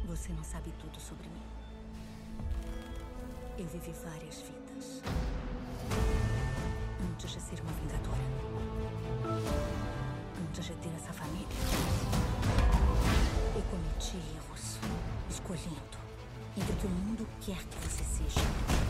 Você não sabe tudo sobre mim. Eu vivi várias vidas. Antes de ser uma vingadora. Antes de ter essa família. Eu cometi erros, escolhendo entre o que o mundo quer que você seja.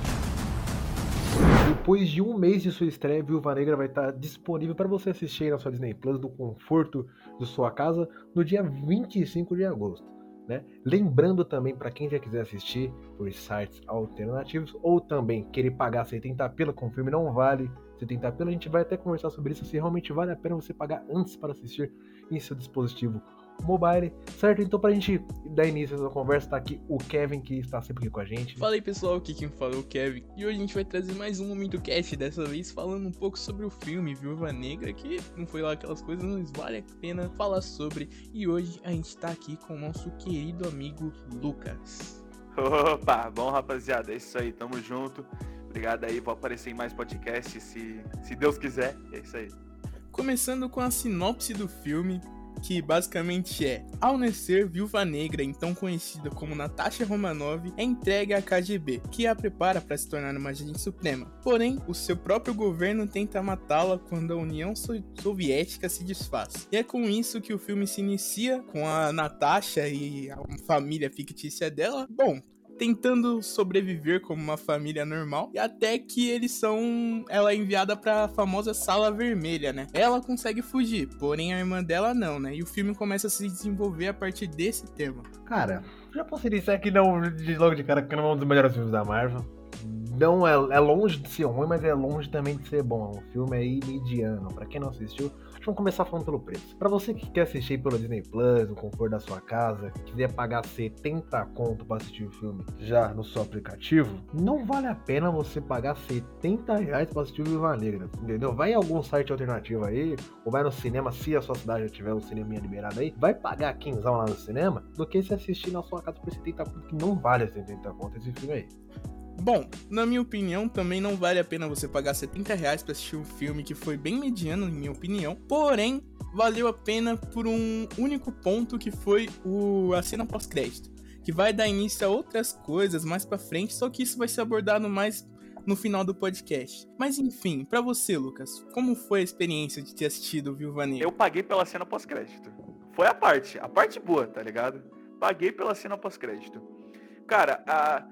Depois de um mês de sua estreia, Viúva Negra vai estar disponível para você assistir aí na sua Disney Plus, do conforto de sua casa, no dia 25 de agosto. Né? Lembrando também, para quem já quiser assistir por sites alternativos ou também querer pagar 70 pila com o filme, não vale 70 pila. A gente vai até conversar sobre isso, se realmente vale a pena você pagar antes para assistir em seu dispositivo mobile, certo? Então, pra gente dar início a essa conversa, tá aqui o Kevin, que está sempre aqui com a gente. Fala aí, pessoal, aqui quem fala é o Kevin, e hoje a gente vai trazer mais um Momento Cast, dessa vez falando um pouco sobre o filme Viúva Negra, que não foi lá aquelas coisas, mas vale a pena falar sobre, e hoje a gente tá aqui com o nosso querido amigo Lucas. Opa, bom, rapaziada, é isso aí, tamo junto, obrigado aí, vou aparecer em mais podcasts, se Deus quiser, é isso aí. Começando com a sinopse do filme, que basicamente é: ao nascer, Viúva Negra, então conhecida como Natasha Romanoff, é entregue à KGB, que a prepara para se tornar uma agente suprema. Porém, o seu próprio governo tenta matá-la quando a União Soviética se desfaz. E é com isso que o filme se inicia, com a Natasha e a família fictícia dela, tentando sobreviver como uma família normal, e até que ela é enviada pra famosa Sala Vermelha, né? Ela consegue fugir, porém a irmã dela não, né? E o filme começa a se desenvolver a partir desse tema. Cara, já posso dizer aqui logo de cara que não é um dos melhores filmes da Marvel. Não é longe de ser ruim, mas é longe também de ser bom. O filme é aí mediano. Pra quem não assistiu, vamos começar falando pelo preço. Pra você que quer assistir pelo Disney Plus, no conforto da sua casa, quiser pagar 70 conto pra assistir o filme já no seu aplicativo, não vale a pena você pagar 70 reais pra assistir o Viúva Negra, entendeu? Vai em algum site alternativo aí, ou vai no cinema, se a sua cidade já tiver um cinema liberado aí, vai pagar 15 lá no cinema, do que se assistir na sua casa por 70 conto, que não vale 70 conto esse filme aí. Bom, na minha opinião, também não vale a pena você pagar 70 reais pra assistir um filme que foi bem mediano, em minha opinião. Porém, valeu a pena por um único ponto, que foi a cena pós-crédito, que vai dar início a outras coisas mais pra frente, só que isso vai ser abordado mais no final do podcast. Mas enfim, pra você, Lucas, como foi a experiência de ter assistido Viúva Negra? Eu paguei pela cena pós-crédito. Foi a parte boa, tá ligado? Paguei pela cena pós-crédito. Cara,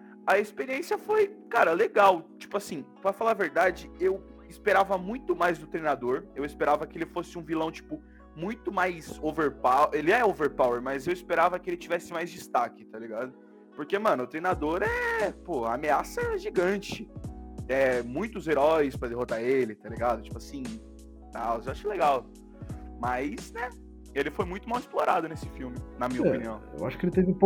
a experiência foi, cara, legal. Tipo assim, pra falar a verdade, eu esperava muito mais do treinador. Eu esperava que ele fosse um vilão, tipo, muito mais overpower. Ele é overpower, mas eu esperava que ele tivesse mais destaque, tá ligado? Porque, mano, o treinador a ameaça é gigante. É muitos heróis pra derrotar ele, tá ligado? Tipo assim, eu acho legal. Mas, né, ele foi muito mal explorado nesse filme, na minha opinião. Eu acho que ele teve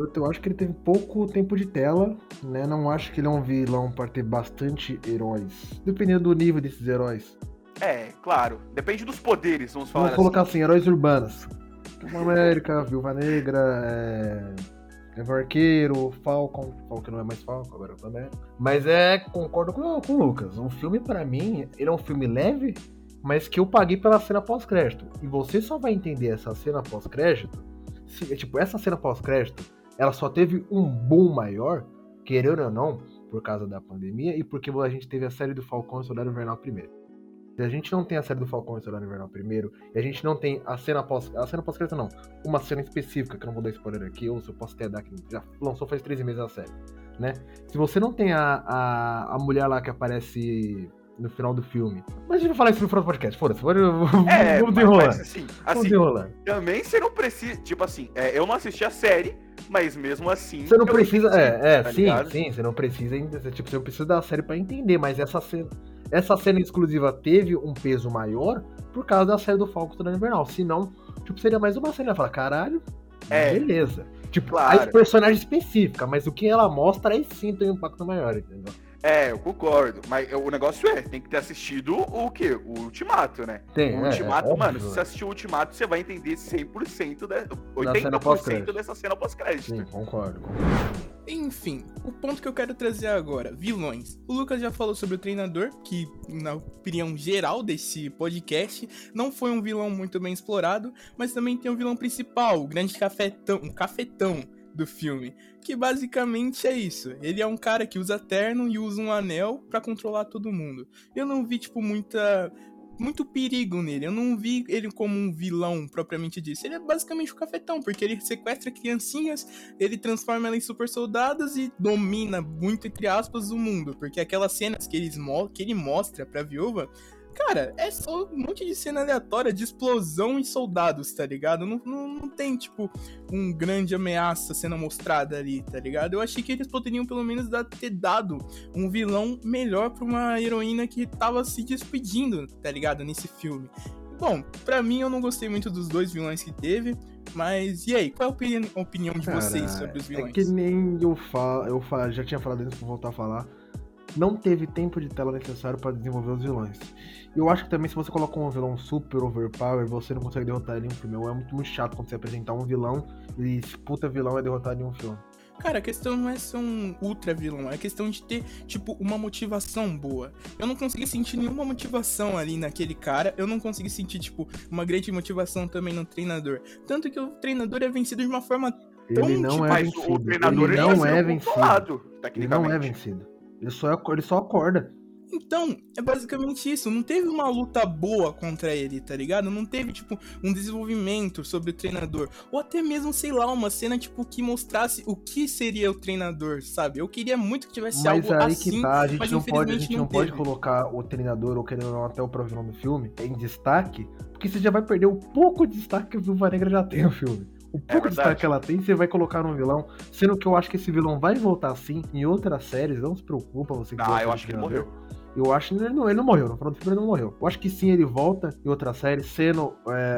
pouco tempo de tela, né? Não acho que ele é um vilão para ter bastante heróis. Dependendo do nível desses heróis. É, claro. Depende dos poderes, vamos falar assim. Vamos colocar assim, heróis urbanos. Capitão América, Viúva Negra, Gavião Arqueiro, Falcon não é mais Falcon, agora também. Mas concordo com o Lucas. O filme, pra mim, ele é um filme leve, mas que eu paguei pela cena pós-crédito. E você só vai entender essa cena pós-crédito, essa cena pós-crédito, ela só teve um boom maior, querendo ou não, por causa da pandemia, e porque a gente teve a série do Falcão e Soldado Invernal primeiro. Se a gente não tem a série do Falcão e Soldado Invernal primeiro, e a gente não tem a cena pós-crédito não, uma cena específica, que eu não vou dar spoiler aqui, ou se eu posso até dar, que já lançou faz 13 meses a série, né? Se você não tem a mulher lá que aparece no final do filme. Mas a gente vai falar isso no final do podcast, foda-se. Vamos desenrolar. Mas assim, também você não precisa, tipo assim, eu não assisti a série, mas mesmo assim... Você não precisa, tá sim, você não precisa ainda, tipo, você não precisa da série pra entender, mas essa cena exclusiva teve um peso maior por causa da série do Falcão do Invernal, senão, tipo, seria mais uma cena, falar, caralho, beleza. Tipo, claro. A personagem específica, mas o que ela mostra aí sim tem um impacto maior, entendeu? Eu concordo, mas o negócio tem que ter assistido o quê? O Ultimato, né? O Ultimato, mano, óbvio, se você assistir o Ultimato, você vai entender 100%, 80% dessa cena pós-crédito. Sim, concordo. Enfim, o ponto que eu quero trazer agora, vilões. O Lucas já falou sobre o treinador, que na opinião geral desse podcast, não foi um vilão muito bem explorado, mas também tem o vilão principal, o grande cafetão, do filme, que basicamente é isso. Ele é um cara que usa terno e usa um anel pra controlar todo mundo. Eu não vi, tipo, muito perigo nele. Eu não vi ele como um vilão propriamente disso. Ele é basicamente um cafetão, porque ele sequestra criancinhas, ele transforma elas em super soldados e domina muito, entre aspas, o mundo. Porque aquelas cenas que ele mostra pra viúva, cara, é só um monte de cena aleatória de explosão e soldados, tá ligado? Não tem, tipo, um grande ameaça sendo mostrada ali, tá ligado? Eu achei que eles poderiam, pelo menos, ter dado um vilão melhor pra uma heroína que tava se despedindo, tá ligado? Nesse filme. Bom, pra mim, eu não gostei muito dos dois vilões que teve, mas e aí? Qual é a opinião de vocês sobre os vilões? É que nem eu já tinha falado antes, vou voltar a falar. Não teve tempo de tela necessário pra desenvolver os vilões. Eu acho que também, se você coloca um vilão super overpower, você não consegue derrotar ele em um filme. É muito chato quando você apresentar um vilão e esse puta vilão é derrotado em um filme. Cara, a questão não é ser um ultra vilão, é a questão de ter, tipo, uma motivação boa. Eu não consegui sentir nenhuma motivação ali naquele cara, eu não consegui sentir, tipo, uma grande motivação também no treinador. Tanto que o treinador é vencido de uma forma tão, Ele não tipo, é vencido. O treinador Ele não é vencido. Ele não é tecnicamente. vencido. Ele só acorda. Então, é basicamente isso. Não teve uma luta boa contra ele, tá ligado? Não teve, tipo, um desenvolvimento sobre o treinador. Ou até mesmo, sei lá, uma cena, tipo, que mostrasse o que seria o treinador, sabe? Eu queria muito que tivesse Mas algo aí assim, que tá, a gente mas não infelizmente não pode teve. colocar o treinador, ou querendo ou não, até o próprio vilão do filme, em destaque, porque você já vai perder o pouco de destaque que a Viúva Negra já tem no filme. O pouco de destaque que ela tem, você vai colocar no vilão, sendo que eu acho que esse vilão vai voltar sim em outras séries, não se preocupa, você que gosta Eu do acho que ele treinador. morreu. Eu acho que ele não morreu, no final do filme ele não morreu. Eu acho que sim, ele volta em outra série, sendo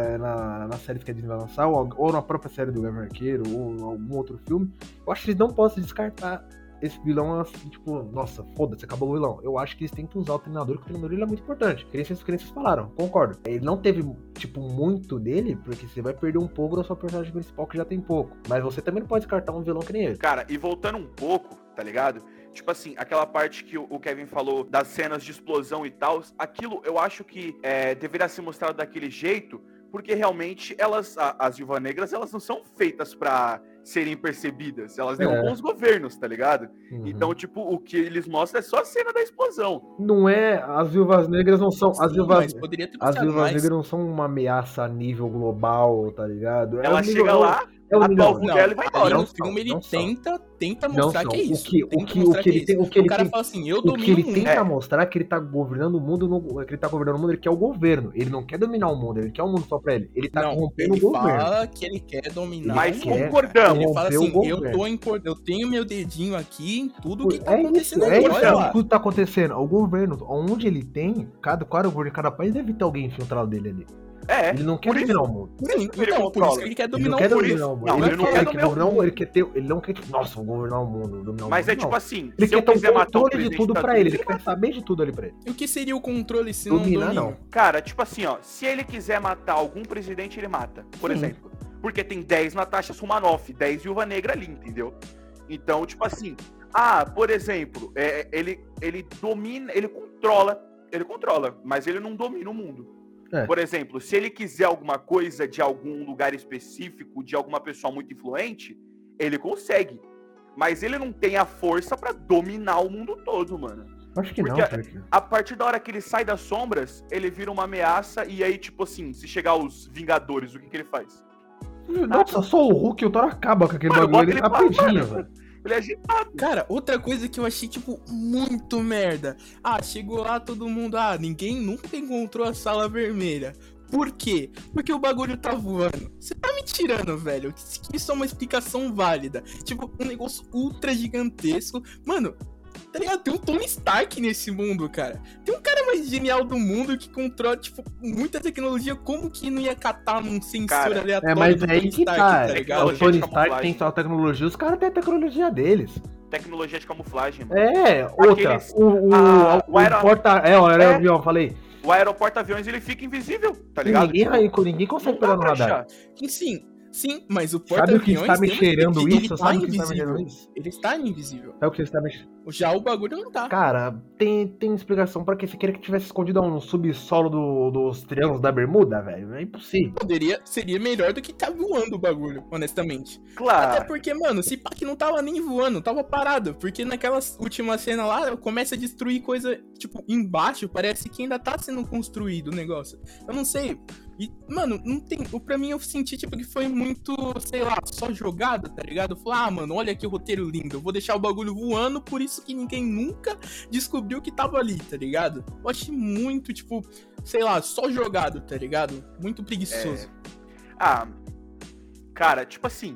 na série que a Disney vai lançar, ou na própria série do Gavião Arqueiro, ou em algum outro filme. Eu acho que eles não podem descartar esse vilão assim, tipo, nossa, foda-se, acabou o vilão. Eu acho que eles têm que usar o treinador, porque o treinador ele é muito importante. Que nem vocês falaram, concordo. Ele não teve, tipo, muito dele, porque você vai perder um pouco da sua personagem principal, que já tem pouco. Mas você também não pode descartar um vilão que nem ele. Cara, e voltando um pouco, tá ligado? Tipo assim, aquela parte que o Kevin falou das cenas de explosão e tal, aquilo eu acho que deveria ser mostrado daquele jeito, porque realmente as Viúvas Negras, elas não são feitas pra serem percebidas, elas derrubam os governos, tá ligado? Uhum. Então, tipo, o que eles mostram é só a cena da explosão. Não é, as Viúvas Negras não são, Sim, as Viúvas Viúvas Negras não são uma ameaça a nível global, tá ligado? Ela chega lá, ata o alvo dela e vai embora. No filme ele tenta mostrar que é isso. O cara fala assim, eu o que domino ele o mundo. tenta mostrar é que ele tá governando o mundo, que ele tá governando o mundo, ele quer o governo. Ele não quer dominar o mundo, ele quer o mundo só pra ele. Ele tá corrompendo o governo. Ele fala que ele quer dominar mas o mundo. concordamos. Ele fala assim, eu tenho meu dedinho aqui em tudo que tá acontecendo agora. agora. Tudo tá acontecendo. O governo, onde ele tem, cada governo, cada país deve ter alguém infiltrado dele ali. Ele não quer dominar o mundo. Sim, então, por isso que ele quer dominar o mundo. Ele quer ter, ele não quer, nossa, vou governar o mundo, dominar o mundo. Mas é tipo assim, ele se eu quer ter quiser o matar o controle de tudo pra ele, ele quer mata. saber de tudo ali pra ele. E o que seria o controle se não Dominar, domina? não. Cara, tipo assim, ó, se ele quiser matar algum presidente, ele mata, por exemplo. Porque tem 10 Natasha Romanoff, 10 Viúva Negra ali, entendeu? Então, tipo assim, por exemplo, ele domina, ele controla, mas ele não domina o mundo. Por exemplo, se ele quiser alguma coisa de algum lugar específico, de alguma pessoa muito influente, ele consegue. Mas ele não tem a força pra dominar o mundo todo, mano. Acho que porque não, Felipe. A partir da hora que ele sai das sombras, ele vira uma ameaça e aí, tipo assim, se chegar os Vingadores, o que ele faz? Nossa, só o Hulk e o Thor acaba com aquele bagulho ali rapidinho, velho. Ele é agitado. Cara, outra coisa que eu achei, tipo, muito merda. Chegou lá todo mundo, ninguém nunca encontrou a Sala Vermelha. Por quê? Porque o bagulho tá voando. Você tá me tirando, velho. Isso é uma explicação válida. Tipo, um negócio ultra gigantesco. Mano, tá ligado? Tem um Tony Stark nesse mundo, cara. Tem um cara mais genial do mundo que controla, tipo, muita tecnologia. Como que não ia catar num sensor aleatório mas do aí Tony que Stark, tá ligado? O Tony Stark tem só tecnologia, os caras têm a tecnologia deles. Tecnologia de camuflagem, mano. Outra. O avião, falei. O aeroporto-aviões, ele fica invisível, tá ligado? Ninguém consegue pegar no radar. E sim, Sim, mas o Sabe o que porta-aviões está me tem uma cheirando ele isso? tá Sabe o que está me invisível. cheirando isso? Ele está invisível. Sabe o que está me... Já o bagulho não tá. Cara, tem explicação pra que você queria que tivesse escondido no subsolo dos Triângulos da Bermuda, velho? É impossível. Seria melhor do que tá voando o bagulho, honestamente. Claro. Até porque, mano, esse pack não tava nem voando, tava parado. Porque naquela última cena lá, começa a destruir coisa, tipo, embaixo, parece que ainda tá sendo construído o negócio. Eu não sei. E, mano, não tem. Pra mim eu senti, tipo, que foi muito, sei lá, só jogada, tá ligado? Eu falei, mano, olha que roteiro lindo. Eu vou deixar o bagulho voando, por isso que ninguém nunca descobriu que tava ali, tá ligado? Eu achei muito, tipo, sei lá, só jogado, tá ligado? Muito preguiçoso. Cara, tipo assim,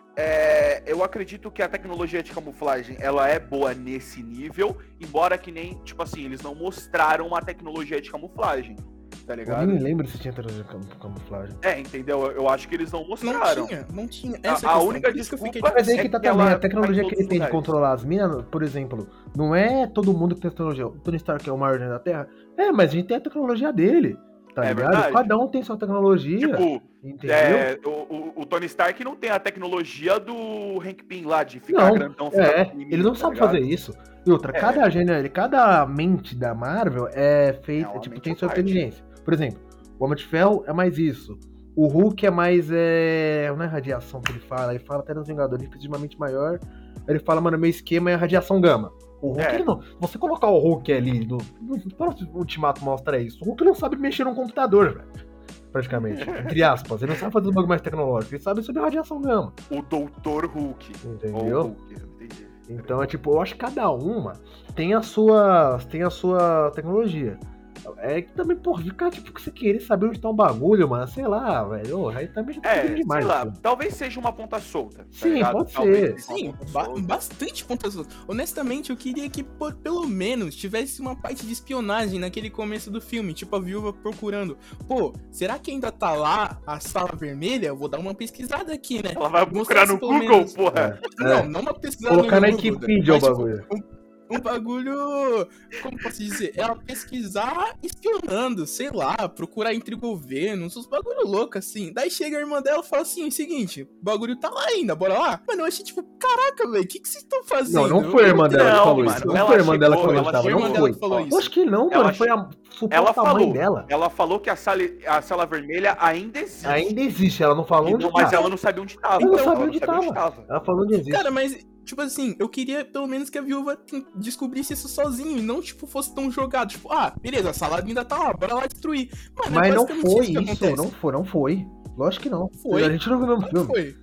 eu acredito que a tecnologia de camuflagem, ela é boa nesse nível, embora que nem, tipo assim, eles não mostraram uma tecnologia de camuflagem, tá Eu ligado? nem lembro se tinha tecnologia de camuflagem. Entendeu? Eu acho que eles não mostraram. Não tinha. A única desculpa Mas aí que tá também, ela a tecnologia tá em que ele todos tem de os lugares. controlar as minas, por exemplo, não é todo mundo que tem tecnologia. O Tony Stark é o maior da Terra. Mas a gente tem a tecnologia dele, tá ligado? Verdade. Cada um tem sua tecnologia, Tipo, entendeu? o Tony Stark não tem a tecnologia do Hank Pym lá, de ficar Não, grandão, ficar pequenininho, ele não tá sabe ligado? fazer isso. E outra, cada mente da Marvel é feita, uma tipo, mente tem sua à parte. inteligência. Por exemplo, o Homem de Ferro é mais isso. O Hulk é mais, não é radiação que ele fala até nos Vingadores, ele precisa de uma mente maior. Ele fala, mano, meu esquema é radiação gama. O Hulk, ele não. Você colocar o Hulk ali, no Ultimato mostra isso. O Hulk não sabe mexer num computador, velho. Praticamente. Entre aspas. Ele não sabe fazer um bagulho mais tecnológico. Ele sabe sobre radiação gama. O Doutor Hulk. Entendeu? Ou Hulk, eu não entendi. Então é tipo, eu acho que cada uma tem a sua tecnologia. É que também, porra, ficar tipo que você querer saber onde tá um bagulho, mano, sei lá, velho. Aí também já tá pedindo demais. Sei lá, assim. talvez seja uma ponta solta. Tá Sim, ligado? pode Talvez ser. seja uma Sim, ponta solta. bastante pontas soltas. Honestamente, eu queria que pelo menos tivesse uma parte de espionagem naquele começo do filme, tipo a viúva procurando. Pô, será que ainda tá lá a sala vermelha? Eu vou dar uma pesquisada aqui, né? Ela vai procurar no pelo Google, menos- porra. Não uma pesquisada Colocar no na Google, Wikipedia o mas, tipo, bagulho. um bagulho, como posso dizer, ela pesquisar espionando, sei lá, procurar entre governos, uns bagulho louco assim. Daí chega a irmã dela e fala assim, seguinte, o bagulho tá lá ainda, bora lá? Mano, eu achei tipo, caraca, velho, o que vocês estão fazendo? Não foi a irmã dela que Não, falou mano, isso. Não ela foi a irmã dela que chegou, falou ela que tava, chegou, não a irmã dela foi. que falou isso. Acho que não, Ela mano. Foi a ela suposta mãe falou, dela. ela falou que a sala vermelha ainda existe. Ainda existe, ela não falou onde Mas tá. ela não sabia onde tava. Ela não Então, sabia onde tava. Ela falou onde existe. Cara, mas, tipo assim, eu queria pelo menos que a viúva descobrisse isso sozinho e não, tipo, fosse tão jogado. Tipo, beleza, a sala ainda tá lá, bora lá destruir. Mano, Mas não basicamente foi que isso, acontece. não foi. Lógico que não. Foi. A gente não viu no Não filme. foi.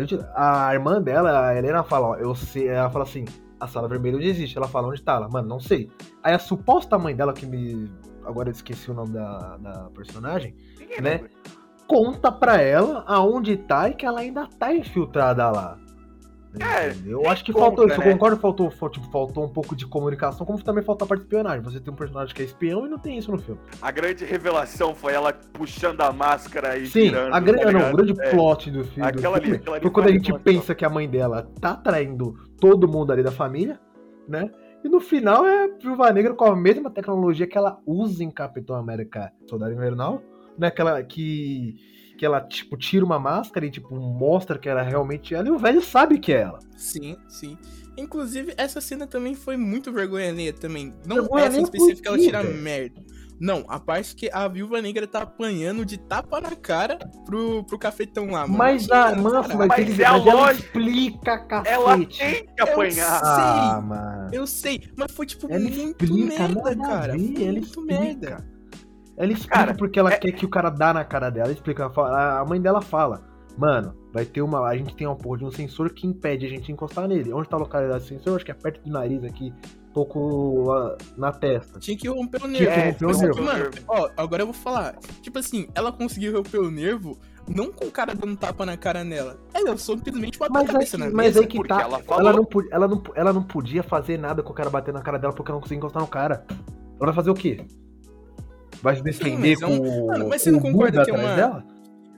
A irmã dela, a Helena, fala, ó, eu sei, ela fala assim, a sala vermelha onde existe? Ela fala, onde tá? Ela, mano, não sei. Aí a suposta mãe dela, agora eu esqueci o nome da personagem, Ninguém né? lembra. Conta pra ela aonde tá e que ela ainda tá infiltrada lá. Entendeu? Eu acho que conta, faltou isso, né? eu concordo, faltou um pouco de comunicação, como também faltou a parte de espionagem. Você tem um personagem que é espião e não tem isso no filme. A grande revelação foi ela puxando a máscara e Sim, virando, o grande ligado? plot do filme. Aquela ali Foi foi quando a gente revelação. pensa que a mãe dela tá traindo todo mundo ali da família, né? E no final é a Viúva Negra com a mesma tecnologia que ela usa em Capitão América Soldado Invernal, né? Que ela, tipo, tira uma máscara e, tipo, mostra que ela é realmente ela, e o velho sabe que é ela. Sim. Inclusive, essa cena também foi muito vergonha alheia também. Não Vergonha essa em alheia específico, por ela quê, tira velho? merda. Não, a parte que a Viúva Negra tá apanhando de tapa na cara pro cafetão lá, mano. Mas, Cara, mas é a ela lógica. explica, cacete. Ela tem que apanhar. Mano. Eu sei, mas foi tipo Ela muito explica, merda, nada a cara. ver, Foi ela muito explica. merda. Ela explica Cara, porque ela quer que o cara dá na cara dela. Ela explica, a mãe dela fala, mano, a gente tem uma porra de um sensor que impede a gente de encostar nele. Onde tá a localidade do sensor? Acho que é perto do nariz aqui, um pouco na testa. Tinha que romper o Tinha nervo. que romper o Mas, nervo. mano, ó, agora eu vou falar. Tipo assim, ela conseguiu romper o nervo, não com o cara dando tapa na cara nela. Ela simplesmente bateu a cabeça na Mas mesa. aí que porque tá. ela falou. Ela não podia fazer nada com o cara batendo na cara dela porque ela não conseguia encostar no cara. Ela vai fazer o quê? Vai se defender mas é um- com Mano, mas você não com o concorda Buda que é atrás uma- dela?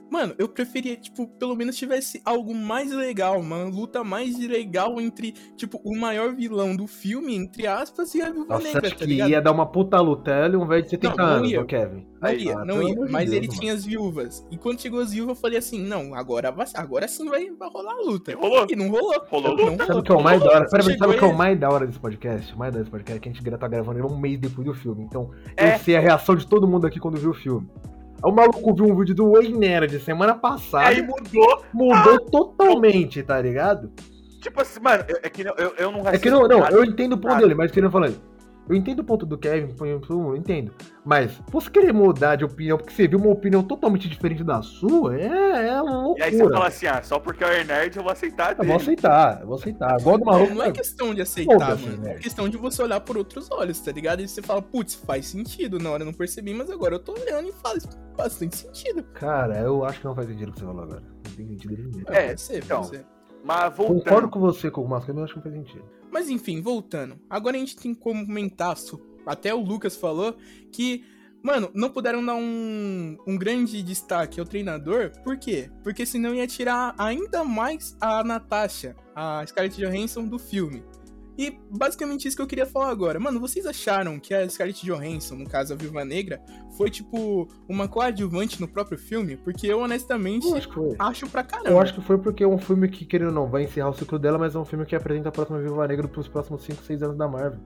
Mano, eu preferia, tipo, pelo menos tivesse algo mais legal, uma luta mais legal entre, tipo, o maior vilão do filme, entre aspas, e a Viúva Nossa, Negra, acho tá que ligado? ia dar uma puta luta. Ela e um velho de 70 Não, não anos, ia. ô Kevin. Não Aí, ia, ah, não pelo ia. amor de Mas Deus, ele mano. tinha as viúvas. E quando chegou as viúvas, eu falei assim, não, agora sim vai rolar a luta. E rolou. E não rolou. Rolou Não luta. Sabe o que é o mais da hora? Pera, Chegou sabe o que é o ele- mais da hora desse podcast? O mais da hora desse podcast é que a gente tá gravando ele um mês depois do filme. Então, É. eu sei a reação de todo mundo aqui quando viu o filme. O maluco viu um vídeo do Wayne Nerd semana passada, Aí mudou. mudou totalmente, tá ligado? Tipo assim, mano, é que eu não É que não, nada. eu entendo o ponto nada. dele, mas querendo falando. Eu entendo o ponto do Kevin, eu entendo. Mas, você querer mudar de opinião porque você viu uma opinião totalmente diferente da sua, é E aí você loucura. fala assim, só porque é o nerd eu vou aceitar Eu dele. vou aceitar, eu vou aceitar. Igual do maluco. Não é mas- questão de aceitar, Foda-se, mano. né? É questão de você olhar por outros olhos, tá ligado? E você fala, putz, faz sentido. Na hora eu não percebi, mas agora eu tô olhando e faz bastante sentido. Cara, eu acho que não faz sentido o que você falou agora. Não tem sentido nenhum. É, Pode ser, então. pode ser. Mas voltando. Concordo com você com algumas coisas, mas eu acho que não faz sentido. Mas enfim, voltando. Agora a gente tem que comentar, até o Lucas falou, que, mano, não puderam dar um grande destaque ao treinador. Por quê? Porque senão ia tirar ainda mais a Natasha, a Scarlett Johansson, do filme. E basicamente isso que eu queria falar agora. Mano, vocês acharam que a Scarlett Johansson, no caso a Viúva Negra, foi tipo uma coadjuvante no próprio filme? Porque eu honestamente Eu acho que foi. acho pra caramba. Eu acho que foi porque é um filme que, querendo ou não, vai encerrar o ciclo dela, mas é um filme que apresenta a próxima Viúva Negra pros próximos 5, 6 anos da Marvel.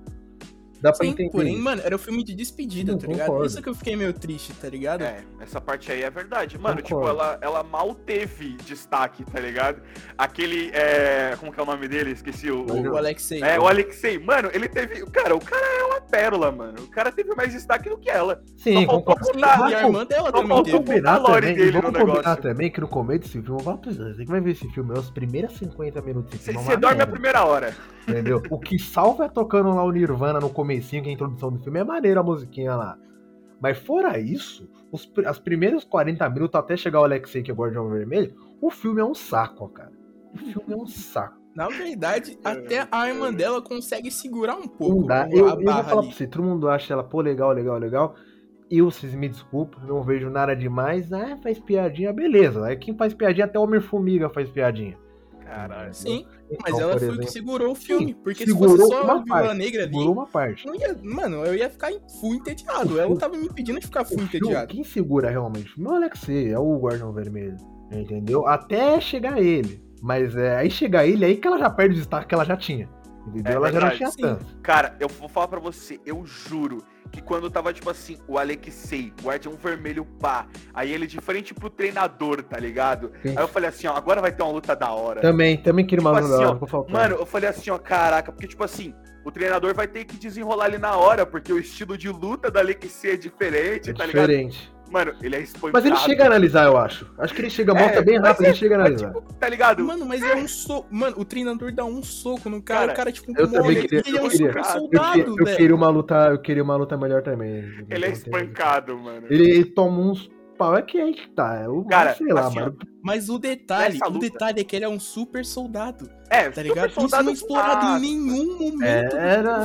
Dá pra Sim, entender porém, isso. mano, era o filme de despedida, Sim, tá ligado? concordo. Isso que eu fiquei meio triste, tá ligado? É, essa parte aí é verdade. Mano, Concordo. tipo, ela mal teve destaque, tá ligado? Aquele, como que é o nome dele? Esqueci O Alexei. o Alexei. Mano, ele teve... Cara, o cara é uma pérola, mano. O cara teve mais destaque do que ela. Sim, Só faltou concordo. botar- E a irmã dela Só também faltou teve. botar a Combinar lore também, dele vamos no combinar negócio. também que no começo desse filme, você que vai ver esse filme, as primeiras 50 minutos desse filme é Você uma dorme a merda, primeira hora. entendeu? O que salva é tocando lá o Nirvana no comecinho, que é a introdução do filme, é maneira a musiquinha lá. Mas fora isso, as primeiros 40 minutos até chegar o Alexei, que é o Guardião Vermelho, o filme é um saco, cara. O filme é um saco. Na verdade, até a irmã dela consegue segurar um pouco Não dá. a Eu vou barra falar ali. pra você, todo mundo acha ela, pô, legal, legal, legal. Eu, vocês me desculpem, não vejo nada demais. Ah, faz piadinha, beleza. Aí quem faz piadinha, até o Homem-Formiga faz piadinha. Caralho. Sim, mas Então, ela por foi o exemplo, que segurou o filme. sim, Porque se segurou fosse só a uma Viúva parte, Negra ali, segurou uma parte. não ia, mano, eu ia ficar full entediado. Ela tava me pedindo de ficar full O filme, entediado. quem segura realmente? Não é o Alexei, é o Guardião Vermelho. Entendeu? Até chegar ele. Mas aí chegar ele, aí que ela já perde o destaque que ela já tinha. Entendeu? É Ela já não verdade, tinha sim. tanto. Cara, eu vou falar pra você, eu juro que quando tava, tipo assim, o Alexei, Guardião Vermelho, pá, aí ele de frente pro treinador, tá ligado? Sim. Aí eu falei assim, ó, agora vai ter uma luta da hora. Também queria uma Tipo assim, ó, ficou faltando. Mano, eu falei assim, ó, caraca, porque, tipo assim, o treinador vai ter que desenrolar ali na hora, porque o estilo de luta da Alexei é diferente, é tá ligado? diferente. Mano, ele é espancado. Mas ele chega a analisar, eu acho. Acho que ele chega, mostra bem mas rápido, ele chega a mas, analisar. tipo, tá ligado? Mano, mas é um soco. Mano, o treinador dá um soco no cara, Cara, o cara, tipo, eu também morre. queria- Ele é um eu queria- super eu soldado, Eu velho. queria uma luta melhor também. Ele é espancado, mano. Ele toma uns pau, é que aí que tá. Eu Cara, sei lá, assim, ó, mano. Mas o detalhe, Nessa luta- é que ele é um super soldado, É, tá ligado? Isso soldado não é explorado fácil. em nenhum momento. Era.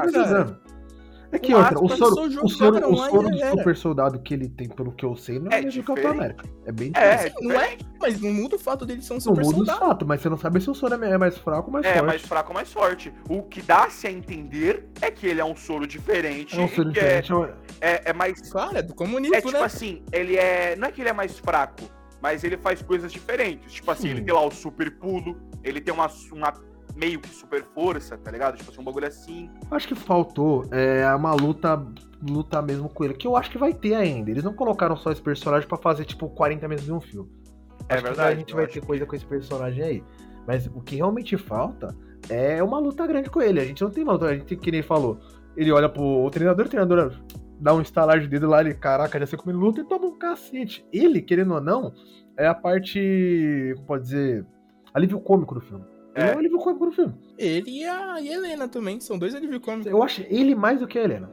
cara. É que Com outra, o aspas, soro, só o soro, jogaram o lá e soro já do era. super soldado que ele tem, pelo que eu sei, não é É o mesmo que o diferente. Capitão América. É bem É, diferente. Não é? Mas não muda o fato dele ser um Não super muda os soldado. fatos, mas você não sabe se o soro é mais fraco ou mais É, forte. mais fraco ou mais forte. O que dá-se a entender é que ele é um soro diferente. É um soro que diferente. é mais. Claro, é do É comunismo, tipo né? assim, ele é. Não é que ele é mais fraco, mas ele faz coisas diferentes. Tipo assim, Sim. ele tem lá o super pulo, ele tem uma meio que super força, tá ligado? Tipo assim, um bagulho assim. Acho que faltou uma luta mesmo com ele, que eu acho que vai ter ainda. Eles não colocaram só esse personagem pra fazer, tipo, 40 minutos de um filme. É Acho que verdade, a gente eu vai acho ter que- coisa com esse personagem aí. Mas o que realmente falta é uma luta grande com ele. A gente não tem uma luta, a gente tem que nem ele falou. Ele olha pro treinador, o treinador dá um estalar de dedo lá, ele, caraca, já sei como ele luta e toma um cacete. Ele, querendo ou não, é a parte, pode dizer, alívio cômico do filme. Ele é um alívio cômico do filme. Ele e a Helena também, são dois alívio cômicos. Eu acho ele mais do que a Helena.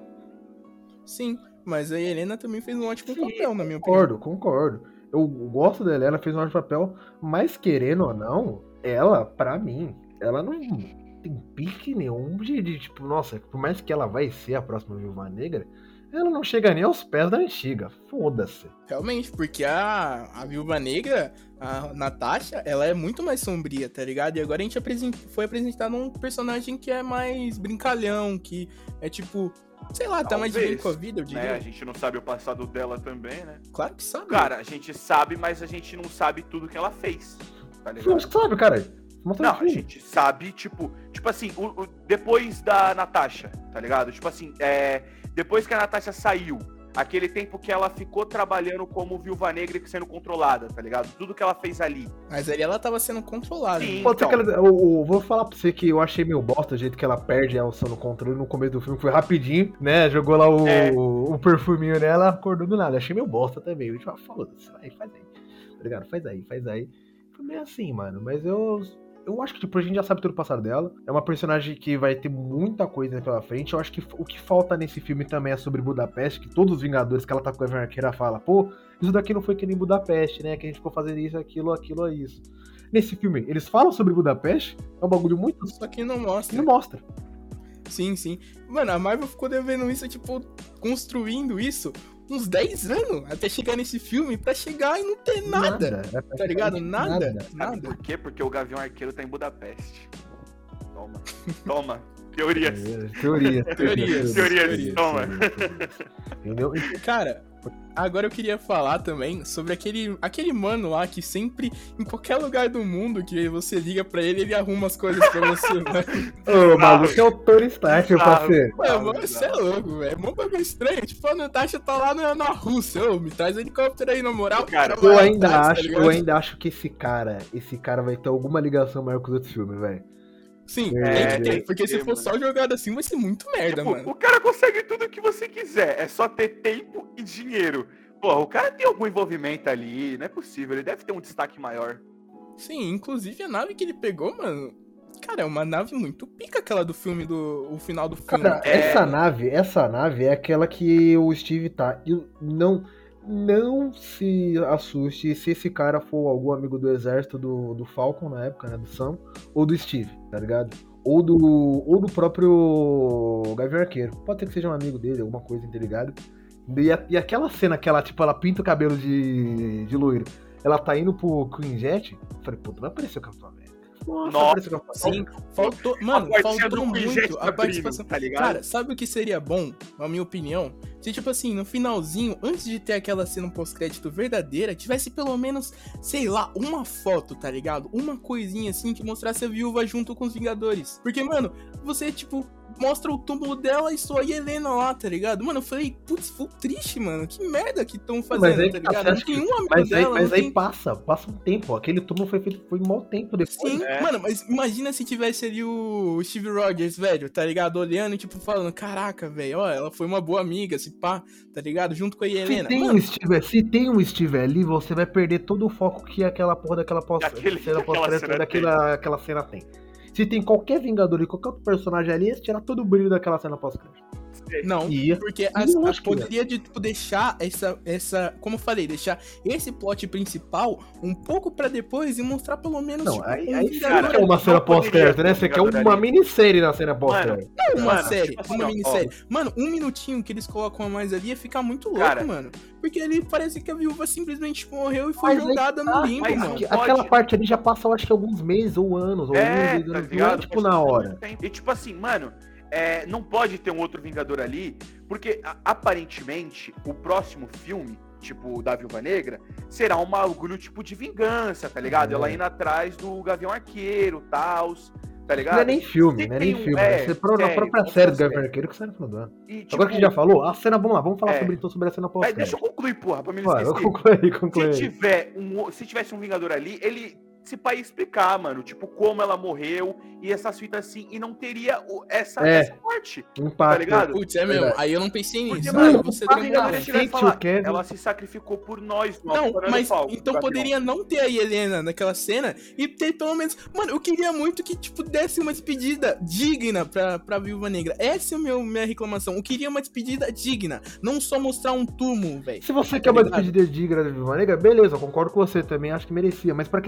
Sim, mas a Helena também fez um ótimo papel, na minha opinião. Concordo. Eu gosto dela, ela fez um ótimo papel, mas querendo ou não, ela, pra mim, ela não tem pique nenhum de tipo, nossa, por mais que ela vai ser a próxima Viúva Negra, ela não chega nem aos pés da antiga. Foda-se. Realmente, porque a Viúva Negra, a Natasha, ela é muito mais sombria, tá ligado? E agora a gente foi apresentado um personagem que é mais brincalhão, que é tipo, sei lá, tá mais de bem com a vida, eu diria. Né? A gente não sabe o passado dela também, né? Claro que sabe. Cara, a gente sabe, mas a gente não sabe tudo que ela fez, tá ligado? Filmes que sabe, cara. Mostra Não, no filme. a gente sabe, tipo assim, depois da Natasha, tá ligado? Tipo assim, depois que a Natasha saiu, aquele tempo que ela ficou trabalhando como Viúva Negra e sendo controlada, tá ligado? Tudo que ela fez ali. Mas ali ela tava sendo controlada. Sim. Né? Pode ser então. que ela, eu vou falar pra você que eu achei meio bosta o jeito que ela perde a noção no controle no começo do filme. Foi rapidinho, né? Jogou lá o perfuminho nela, acordou do nada. Achei meio bosta também. Eu tipo, foda-se, faz aí. Tá ligado? Faz aí. Foi meio assim, mano. Mas eu acho que, tipo, a gente já sabe tudo o passado dela. É uma personagem que vai ter muita coisa pela frente. Eu acho que o que falta nesse filme também é sobre Budapeste, que todos os Vingadores que ela tá com a Evan Arqueira fala, pô, isso daqui não foi que nem Budapeste, né? Que a gente ficou fazendo isso, aquilo, isso. Nesse filme, eles falam sobre Budapeste, é um bagulho muito... Só que não mostra. Não mostra. Sim. Mano, a Marvel ficou devendo isso, tipo, construindo isso uns 10 anos até chegar nesse filme pra chegar e não ter nada. Tá ligado? Nada. Sabe por quê? Porque o Gavião Arqueiro tá em Budapeste. Toma. Teorias. Teorias. Toma. Entendeu? Cara, agora eu queria falar também sobre aquele mano lá que sempre, em qualquer lugar do mundo que você liga pra ele, ele arruma as coisas pra você, né? Ô, maluco, é o Tony Stark, meu parceiro. Mano, você é louco, velho. Mó bagulho estranho. Tipo, a Natasha tá lá na Rússia. Ô, me traz helicóptero aí, na moral. Cara, Eu vai ainda atrás, tá acho, ligado? eu ainda acho que esse cara vai ter alguma ligação maior com os outros filmes, velho. Sim, É, tem, porque se tem, for só jogada assim, vai ser muito merda, tipo, mano. o cara consegue tudo que você quiser. É só ter tempo e dinheiro. Porra, o cara tem algum envolvimento ali. Não é possível. Ele deve ter um destaque maior. Sim, inclusive a nave que ele pegou, mano. Cara, é uma nave muito pica aquela do filme, o final do filme. Cara, essa nave é aquela que o Steve tá. Não se assuste se esse cara for algum amigo do exército do Falcon na época, né? Do Sam, ou do Steve, tá ligado? Ou do próprio Gavião Arqueiro. Pode ser que seja um amigo dele, alguma coisa, tá ligado? E aquela cena que ela, tipo, ela pinta o cabelo de loiro. Ela tá indo pro Queen Jet. Eu falei, puta, vai aparecer o Capitão América. Nossa, apareceu o Capitão Sim, faltou, mano, faltou muito a participação. tá ligado? Cara, sabe o que seria bom, na minha opinião? Se, tipo assim, no finalzinho, antes de ter aquela cena pós-crédito verdadeira, tivesse pelo menos, sei lá, uma foto, tá ligado? Uma coisinha assim que mostrasse a viúva junto com os Vingadores. Porque, mano, você, tipo, mostra o túmulo dela e só a Helena lá, tá ligado? Mano, eu falei, putz, foi triste, mano. Que merda que estão fazendo, aí, tá ligado? Não tem um amigo mas dela, aí não tem... passa um tempo. Aquele túmulo foi feito foi um mau tempo depois. Sim, mano, mas imagina se tivesse ali o Steve Rogers, velho, tá ligado? Olhando e, tipo, falando, caraca, velho, ó, ela foi uma boa amiga, se pá, tá ligado? Junto com a Helena. Se tem um Steve ali, você vai perder todo o foco que aquela porra daquela aquela cena tem. Se tem qualquer Vingador e qualquer outro personagem ali, eles tirar todo o brilho daquela cena pós-crédito. Não, porque poderia tipo, deixar essa, como eu falei, deixar esse plot principal um pouco pra depois e mostrar pelo menos Não, tipo, aí Vingador você quer uma cena pós-crédito, né? Você quer uma minissérie na cena Mano, pós-crédito. Não, uma Mano, série, tipo assim, uma ó, minissérie. Mano, um minutinho que eles colocam a mais ali ia ficar muito louco, Cara, mano. Porque ali parece que a viúva simplesmente morreu e foi Mas aí jogada no limbo, mas mano. que- Aquela pode- parte ali já passa, eu acho que alguns meses ou anos, ou tá não é ligado? tipo na hora. E tipo assim, mano, não pode ter um outro Vingador ali, porque aparentemente o próximo filme, tipo da Viúva Negra, será um bagulho tipo de vingança, tá ligado? Ela indo atrás do Gavião Arqueiro, tals, tá ligado? Não é nem filme, Se não é tem nem um- filme. é, Vai ser na série, própria outra série do série. Gavião Arqueiro que sai no final do ano. E, tipo, Agora que já falou, a cena, vamos lá, vamos falar É. sobre a cena Mas pós-crédito. deixa eu concluir, porra, pra mim não Claro, esquecer. conclui. Se tivesse um Vingador ali, ele se pai explicar, mano, tipo, como ela morreu e essas fitas assim, e não teria essa morte, tá Impacto. ligado? Putz, é mesmo. Verdade. Aí eu não pensei Porque, nisso. mano, Aí você a deu uma Vingadora razão. chega e Gente, fala, o Kevin- ela se sacrificou por nós, Não, Coronel mas Falcon, então Gavião. poderia não ter a Helena naquela cena e ter pelo menos. Mano, eu queria muito que, tipo, desse uma despedida digna pra Viúva Negra. Essa é a minha reclamação. Eu queria uma despedida digna. Não só mostrar um túmulo, velho. Se você quer uma despedida digna da Viúva Negra, beleza, eu concordo com você também, acho que merecia. Mas pra que você quer colocar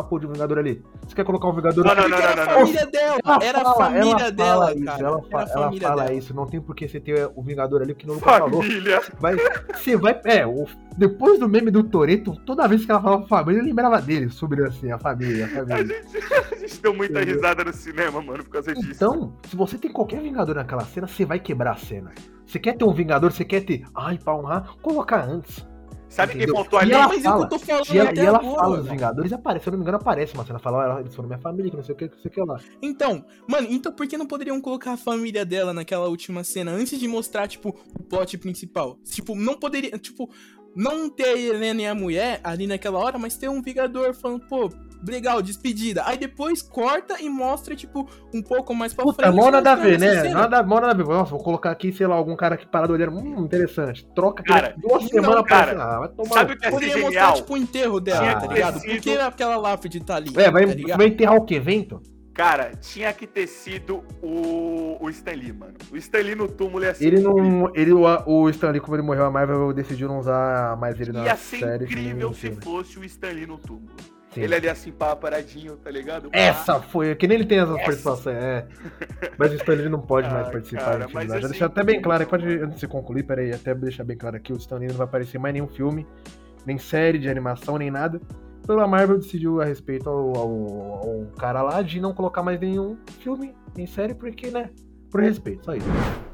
colocar pô de um Vingador ali? Você quer colocar um Vingador... Não. Era a família dela, era a família dela, cara. Ela fala isso, não tem por que você ter o Vingador ali, que não Lucas falou. Você vai... depois do meme do Toretto, toda vez que ela falava família, eu lembrava dele, sobre assim, a família. A gente deu muita risada no cinema, mano, por causa disso. Então, se você tem qualquer Vingador naquela cena, você vai quebrar a cena. Você quer ter um Vingador, você quer ter... Ai, pra honrar, coloca antes. Sabe Entendeu? quem pontuou ali? Mas eu tô falando E ela agora, fala, os mano. Vingadores aparecem, se eu não me engano, aparece uma cena, fala, eles foram minha família, que não sei o que, lá. Então, mano, por que não poderiam colocar a família dela naquela última cena antes de mostrar, tipo, o plot principal? Tipo, não poderia, tipo, não ter a Helena e a mulher ali naquela hora, mas ter um Vingador falando, pô, legal, despedida. Aí depois corta e mostra, tipo, um pouco mais pra Puta, frente. mó nada a ver, mostrando essa né? cena. Mó nada a ver. Nossa, vou colocar aqui, sei lá, algum cara aqui parado olhando, interessante. Troca aqui, Cara, 2 semanas cara, pra... vai tomar... sabe o que é Poderia mostrar, genial? tipo, o enterro dela, Tinha tá que ter ligado? sido- Por que aquela Lafayette tá ali, vai, tá ligado? vai enterrar o quê? Vento? Cara, tinha que ter sido o Stan Lee, mano. O Stan Lee no túmulo ia ser Ele incrível. não... o Stan Lee, como ele morreu, a Marvel decidiu não usar mais ele na Ia ser série. incrível nem se filme. fosse o Stan Lee no túmulo. Sim. Ele ali assim, pá, paradinho, tá ligado? Essa foi, que nem ele tem essas participações, Mas o Stan Lee não pode mais Ai, participar. cara, gente, mas já assim, deixar até bem claro, pode, antes de você concluir, peraí, até deixar bem claro aqui, o Stan Lee não vai aparecer em mais nenhum filme, nem série de animação, nem nada. Então a Marvel decidiu a respeito ao cara lá de não colocar mais nenhum filme, nem série, porque, né, por respeito, só isso.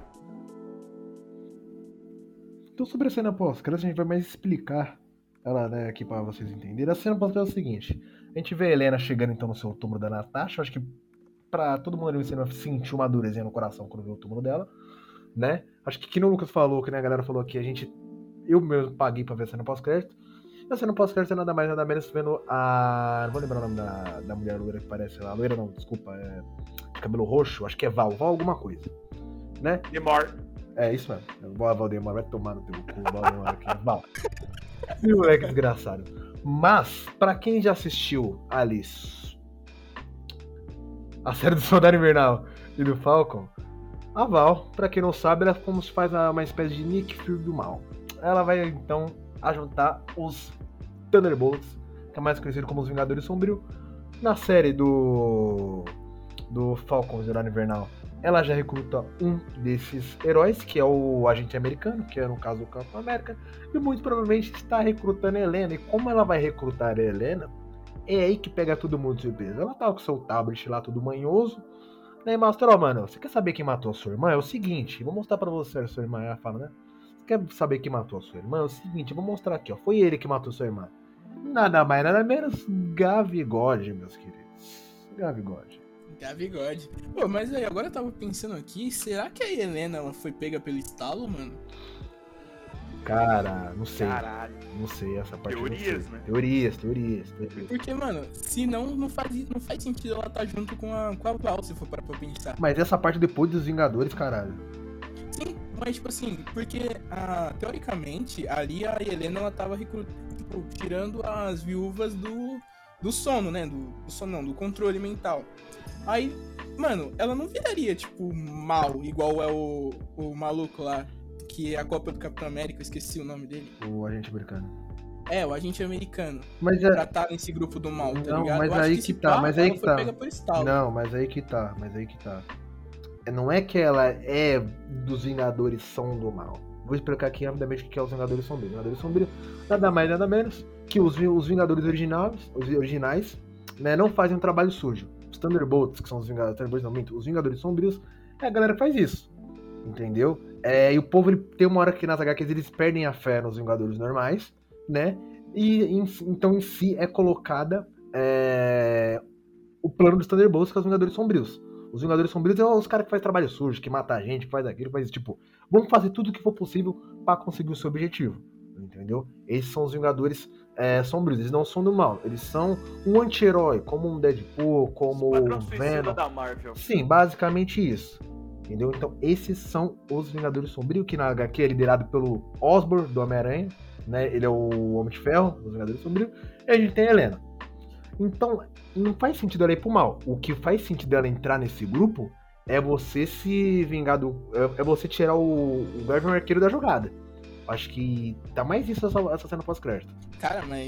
Então sobre a cena pós-crédito, a gente vai mais explicar ela, né, aqui pra vocês entenderem. A cena pós-crédito é o seguinte, a gente vê a Helena chegando então no seu túmulo da Natasha, acho que pra todo mundo ali no cinema sentir uma durezinha no coração quando vê o túmulo dela, né? Acho que nem o Lucas falou, que nem a galera falou aqui, eu mesmo paguei pra ver a cena pós-crédito. E a cena pós-crédito é nada mais, nada menos vendo a... Não vou lembrar o nome da mulher loira que parece lá. Loira não, desculpa, de cabelo roxo, acho que é Val alguma coisa, né? Demore. É, isso mesmo. Valdemar, vai tomar no teu cu, Valdemar aqui. Val. Que moleque desgraçado. Mas, pra quem já assistiu Alice, a série do Soldado Invernal e do Falcon, a Val, pra quem não sabe, ela é como se faz uma espécie de Nick Fury do mal. Ela vai, então, ajuntar os Thunderbolts, que é mais conhecido como os Vingadores Sombrios. Na série do Falcon, Soldado Invernal, ela já recruta um desses heróis, que é o agente americano, que é no caso do Capitão América, e muito provavelmente está recrutando a Helena. E como ela vai recrutar a Helena, é aí que pega todo mundo de surpresa. Ela tá com seu tablet lá, tudo manhoso, né, e mostra, mano, você quer saber quem matou a sua irmã? É o seguinte, vou mostrar pra você a sua irmã. Ela fala, né? Você quer saber quem matou a sua irmã? É o seguinte, vou mostrar aqui, ó, foi ele que matou a sua irmã. Nada mais, nada menos, Gavigode, meus queridos. Gavigode. Bigode. Pô, mas aí, agora eu tava pensando aqui, será que a Helena ela foi pega pelo estalo, mano? Cara, não sei. Caralho. Não sei essa parte. Teorias, não sei. né? Teorias. Porque, mano, senão não faz sentido ela estar junto com a Val, se for pra pensar. Mas essa parte depois dos Vingadores, caralho. Sim, mas tipo assim, porque teoricamente ali a Helena ela tava tirando as viúvas do sono, né? Do sono não, do controle mental. Aí, mano, ela não viraria, tipo, mal, igual é o maluco lá, que é a cópia do Capitão América, eu esqueci o nome dele. O agente americano. É, o agente americano. Mas Pra estar nesse grupo do mal, tá não, ligado? mas Eu acho aí esse que tá, pá, mas aí ela que foi tá. pega por estalo. Não, mas aí que tá. Não é que ela é dos Vingadores são do mal. Vou explicar aqui rapidamente o que é os Vingadores Sombrios. Os Vingadores Sombrios, nada mais, nada menos que os Vingadores originais, né, não fazem um trabalho sujo. Os Thunderbolts, que são os Vingadores, os Vingadores Sombrios, a galera que faz isso. Entendeu? E o povo, ele tem uma hora que nas HQs eles perdem a fé nos Vingadores normais, né? Então em si é colocada o plano dos Thunderbolts, que é os Vingadores Sombrios. Os Vingadores Sombrios são os caras que fazem trabalho sujo, que matam a gente, que faz aquilo, que faz tipo, vamos fazer tudo o que for possível pra conseguir o seu objetivo. Entendeu? Esses são os Vingadores Sombrios, eles não são do mal, eles são um anti-herói, como um Deadpool, como um Venom. Da Marvel. Sim, basicamente isso. Entendeu? Então, esses são os Vingadores Sombrios, que na HQ é liderado pelo Osborn, do Homem-Aranha, né? Ele é o Homem de Ferro, dos Vingadores Sombrios, e a gente tem a Helena. Então, não faz sentido ela ir pro mal. O que faz sentido ela entrar nesse grupo é você se vingar é você tirar o Gavião Arqueiro da jogada. Acho que tá mais isso essa cena pós-crédito. Cara, mas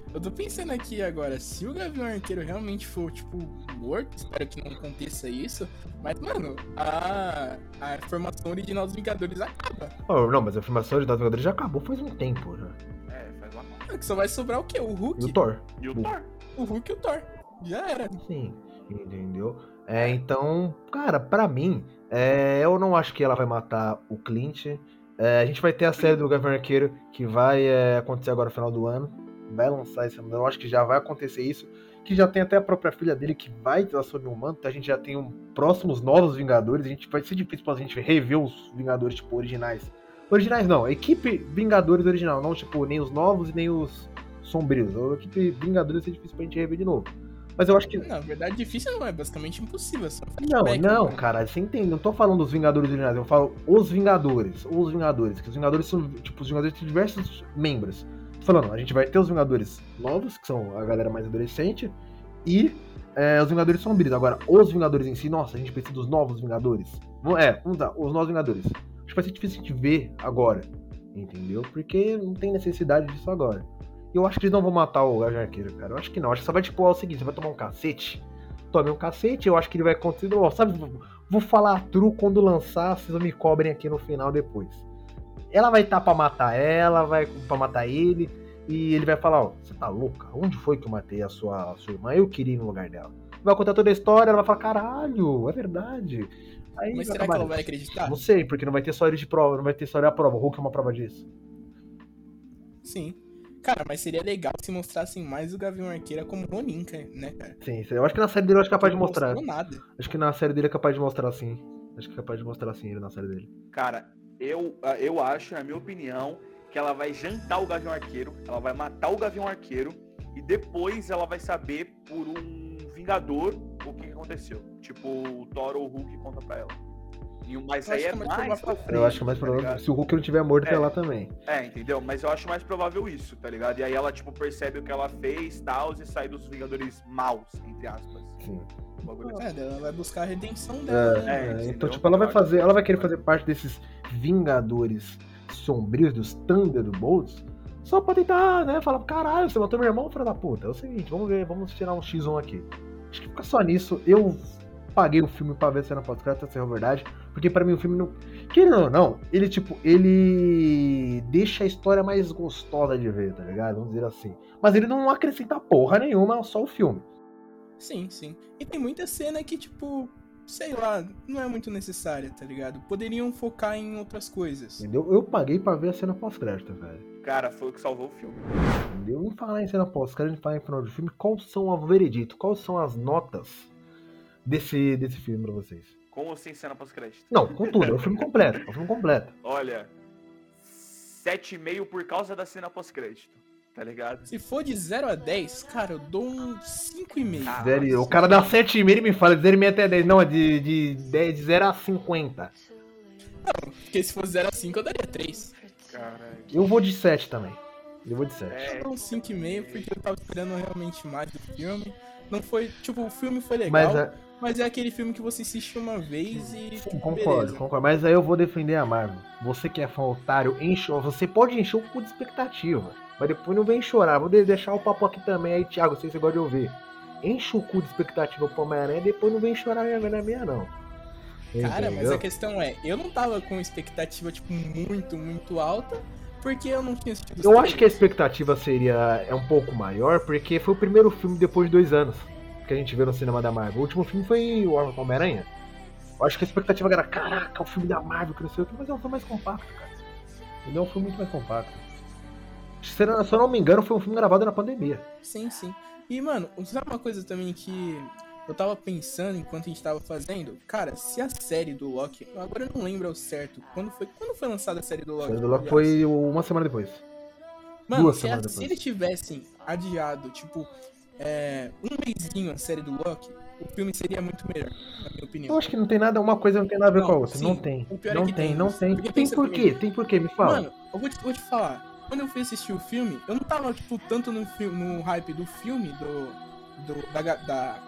Eu tô pensando aqui agora, se o Gavião Arqueiro realmente for, tipo, morto, espero que não aconteça isso, mas, mano, a formação original dos Vingadores acaba. Oh, não, mas a filmação de Dados Vingadores já acabou faz um tempo já. Faz uma É que só vai sobrar o quê? O Hulk? E o Thor. E o Thor? O Hulk e o Thor. Já era. Sim, entendeu? Então, cara, pra mim, eu não acho que ela vai matar o Clint. A gente vai ter a série do Gavião Arqueiro que vai acontecer agora no final do ano. Vai lançar esse ano. Eu acho que já vai acontecer isso. Que já tem até a própria filha dele que vai assumir um manto. A gente já tem próximos novos Vingadores. Vai ser difícil pra gente rever os Vingadores, tipo, originais. Originais não, equipe Vingadores original. Não, tipo, nem os novos e nem os sombrios. A equipe Vingadores vai ser difícil pra gente rever de novo. Mas eu acho que... Na verdade, difícil não, é basicamente impossível. Não, cara, você entende? Não tô falando dos Vingadores originais, eu falo os Vingadores. Os Vingadores, que os Vingadores são, tipo, os Vingadores têm diversos membros. Tô falando, a gente vai ter os Vingadores novos, que são a galera mais adolescente, e os Vingadores sombrios. Agora, os Vingadores em si, nossa, a gente precisa dos novos Vingadores. Vamos lá, os novos Vingadores. Acho que vai ser difícil de ver agora, entendeu? Porque não tem necessidade disso agora. E eu acho que eles não vão matar o Gavião Arqueiro, cara. Eu acho que não. Acho que só vai, tipo, o seguinte, você vai tomar um cacete. Tome um cacete, eu acho que ele vai acontecer. Ó, sabe, vou falar a true quando lançar, vocês me cobrem aqui no final depois. Ela vai estar pra matar ela, vai pra matar ele, e ele vai falar, ó, você tá louca? Onde foi que eu matei a sua irmã? Eu queria ir no lugar dela. Vai contar toda a história, ela vai falar, caralho, é verdade. Aí mas será que ela vai acreditar? Não sei, porque não vai ter história de prova, não vai ter história à prova. O Hulk é uma prova disso. Sim. Cara, mas seria legal se mostrassem mais o Gavião Arqueiro como Ronin, né, cara? Sim, eu acho que na série dele eu acho capaz de mostrar. Não nada. Acho que na série dele é capaz de mostrar sim. Acho que é capaz de mostrar sim ele na série dele. Cara, eu acho, na minha opinião, que ela vai jantar o Gavião Arqueiro, ela vai matar o Gavião Arqueiro e depois ela vai saber por um Vingador o que aconteceu. Tipo, o Thor ou o Hulk conta pra ela. Mas aí é mais pra frente. Eu acho que é mais provável se o Hulk não tiver morto ela também. Entendeu? Mas eu acho mais provável isso, tá ligado? E aí ela, tipo, percebe o que ela fez, tal, e sai dos Vingadores maus, entre aspas. Sim. Ela vai buscar a redenção dela, né? Então, tipo, ela vai querer fazer parte desses Vingadores sombrios, dos Thunderbolts, só pra tentar, né, falar, caralho, você matou meu irmão, filho da puta. É o seguinte, vamos tirar um X1 aqui. Acho que fica só nisso. Eu paguei o filme pra ver se era pós-crédito, se é verdade, porque pra mim o filme não... Querendo ou não, ele deixa a história mais gostosa de ver, tá ligado? Vamos dizer assim. Mas ele não acrescenta porra nenhuma, só o filme. Sim. E tem muita cena que, tipo, sei lá, não é muito necessária, tá ligado? Poderiam focar em outras coisas. Entendeu? Eu paguei pra ver a cena pós-crédito, velho. Cara, foi o que salvou o filme. Entendeu? Vamos falar em cena pós-crédito, falar em final do filme, quais são o veredito, quais são as notas desse filme pra vocês? Com ou sem cena pós-crédito? Não, com tudo, é o filme completo, Olha, 7,5 por causa da cena pós-crédito, tá ligado? Se for de 0 a 10, cara, eu dou um 5,5. O cara dá 7,5 e me fala de 0,5 até 10, não, é de 0 a 50. Não, porque se for 0 a 5 eu daria 3. Caralho. Eu vou de 7 também. Eu dou um 5,5 porque eu tava esperando realmente mais do filme. Não foi, tipo, o filme foi legal, mas é aquele filme que você assiste uma vez e... Sim, concordo. Mas aí eu vou defender a Marvel. Você que é fã otário, você pode encher o cu de expectativa, mas depois não vem chorar. Vou deixar o papo aqui também aí, Thiago, sei se você gosta de ouvir. Enche o cu de expectativa pro Homem-Aranha e depois não vem chorar na minha, não. Cara, entendeu? mas a questão é, eu não tava com expectativa, tipo, muito alta, porque eu não tinha assistido. Eu acho que a expectativa é um pouco maior, porque foi o primeiro filme depois de 2 anos que a gente viu no cinema da Marvel. O último filme foi o Homem-Aranha. Eu acho que a expectativa era, caraca, o filme da Marvel, que não sei o que, mas é um filme mais compacto, cara. Ele é um filme muito mais compacto. Se eu não me engano, foi um filme gravado na pandemia. Sim. E, mano, sabe uma coisa também que eu tava pensando enquanto a gente tava fazendo? Cara, se a série do Loki... Agora eu não lembro ao certo. Quando foi lançada a série do Loki? A série do Loki foi uma semana depois. Mano, 2 semanas depois. Se eles tivessem adiado, tipo, um mêsinho a série do Loki, o filme seria muito melhor, na minha opinião. Eu acho que não tem nada, uma coisa não tem nada a ver com a outra. Sim, não tem. O pior não é que tem. Porque Tem por quê? Tem por quê? Me fala. Mano, eu vou te falar. Quando eu fui assistir o filme, eu não tava, tipo, tanto no hype do filme,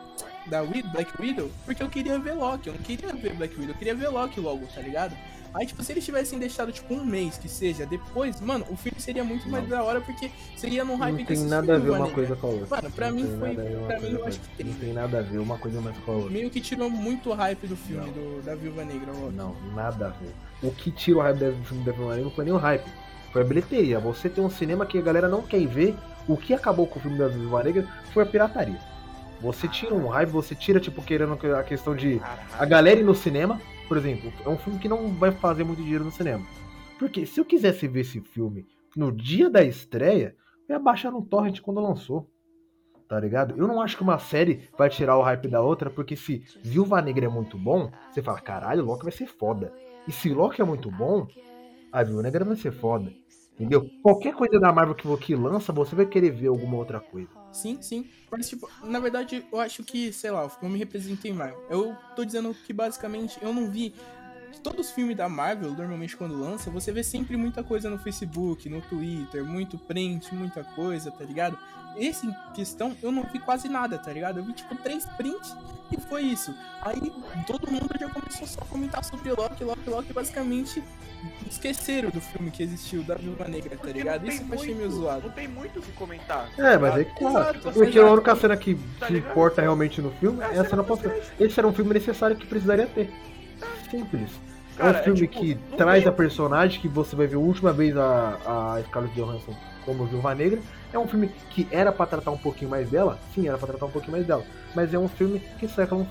Black Widow, porque eu queria ver Loki, eu não queria ver Black Widow, eu queria ver Loki logo, tá ligado? Aí, tipo, se eles tivessem deixado, tipo, um mês, que seja, depois, mano, o filme seria muito mais da hora, porque seria no hype Não tem nada a ver uma coisa com a outra. Mano, pra mim eu acho que tem. Não tem nada a ver uma coisa mais com a outra. Meio que tirou muito o hype do filme da Viúva Negra, Loki. Não, nada a ver. O que tira o hype do filme da Viúva Negra não foi nem o hype, foi a bilheteria. Você tem um cinema que a galera não quer ver. O que acabou com o filme da Viúva Negra foi a pirataria. Você tira um hype, você tira, tipo, querendo a questão de a galera ir no cinema. Por exemplo, é um filme que não vai fazer muito dinheiro no cinema. Porque se eu quisesse ver esse filme no dia da estreia, eu ia baixar no torrent quando lançou. Tá ligado? Eu não acho que uma série vai tirar o hype da outra, porque se Viúva Negra é muito bom, você fala, caralho, Loki vai ser foda. E se Loki é muito bom, a Viúva Negra vai ser foda. Entendeu? Qualquer coisa da Marvel que lança, você vai querer ver alguma outra coisa. Sim. Mas, tipo, na verdade, eu acho que, sei lá, eu me representei mais. Eu tô dizendo que, basicamente, eu não vi... Todos os filmes da Marvel, normalmente, quando lança, você vê sempre muita coisa no Facebook, no Twitter, muito print, muita coisa, tá ligado? Esse, em questão, eu não vi quase nada, tá ligado? Eu vi, tipo, 3 prints e foi isso. Aí, todo mundo já começou só a comentar sobre Loki, basicamente... Esqueceram do filme que existiu da Viúva Negra, tá ligado? Isso que eu achei meio zoado. Não tem muito o que comentar. Mas é claro. Porque a única cena que importa realmente no filme é a cena pós-crédito. Esse era um filme necessário que precisaria ter. Simples. Cara, é um filme tipo, que traz a personagem, que você vai ver a última vez a Scarlett Johansson como Viúva Negra. É um filme que era pra tratar um pouquinho mais dela. Sim, era pra tratar um pouquinho mais dela. Mas é um filme que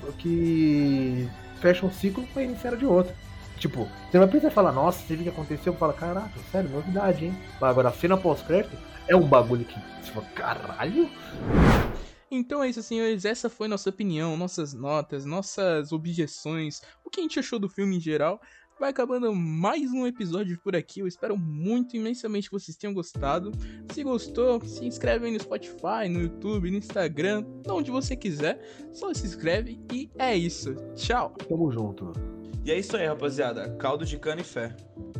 fecha um ciclo pra iniciar de outro. Tipo, você não vai pensar e falar, nossa, você viu o que aconteceu? Fala, caraca, sério, novidade, hein? Mas agora a cena pós-crédito é um bagulho que você fala, caralho. Então é isso, senhores. Essa foi nossa opinião, nossas notas, nossas objeções, o que a gente achou do filme em geral. Vai acabando mais um episódio por aqui. Eu espero muito, imensamente, que vocês tenham gostado. Se gostou, se inscreve aí no Spotify, no YouTube, no Instagram, onde você quiser. Só se inscreve e é isso. Tchau. Tamo junto. E é isso aí, rapaziada. Caldo de cana e fé.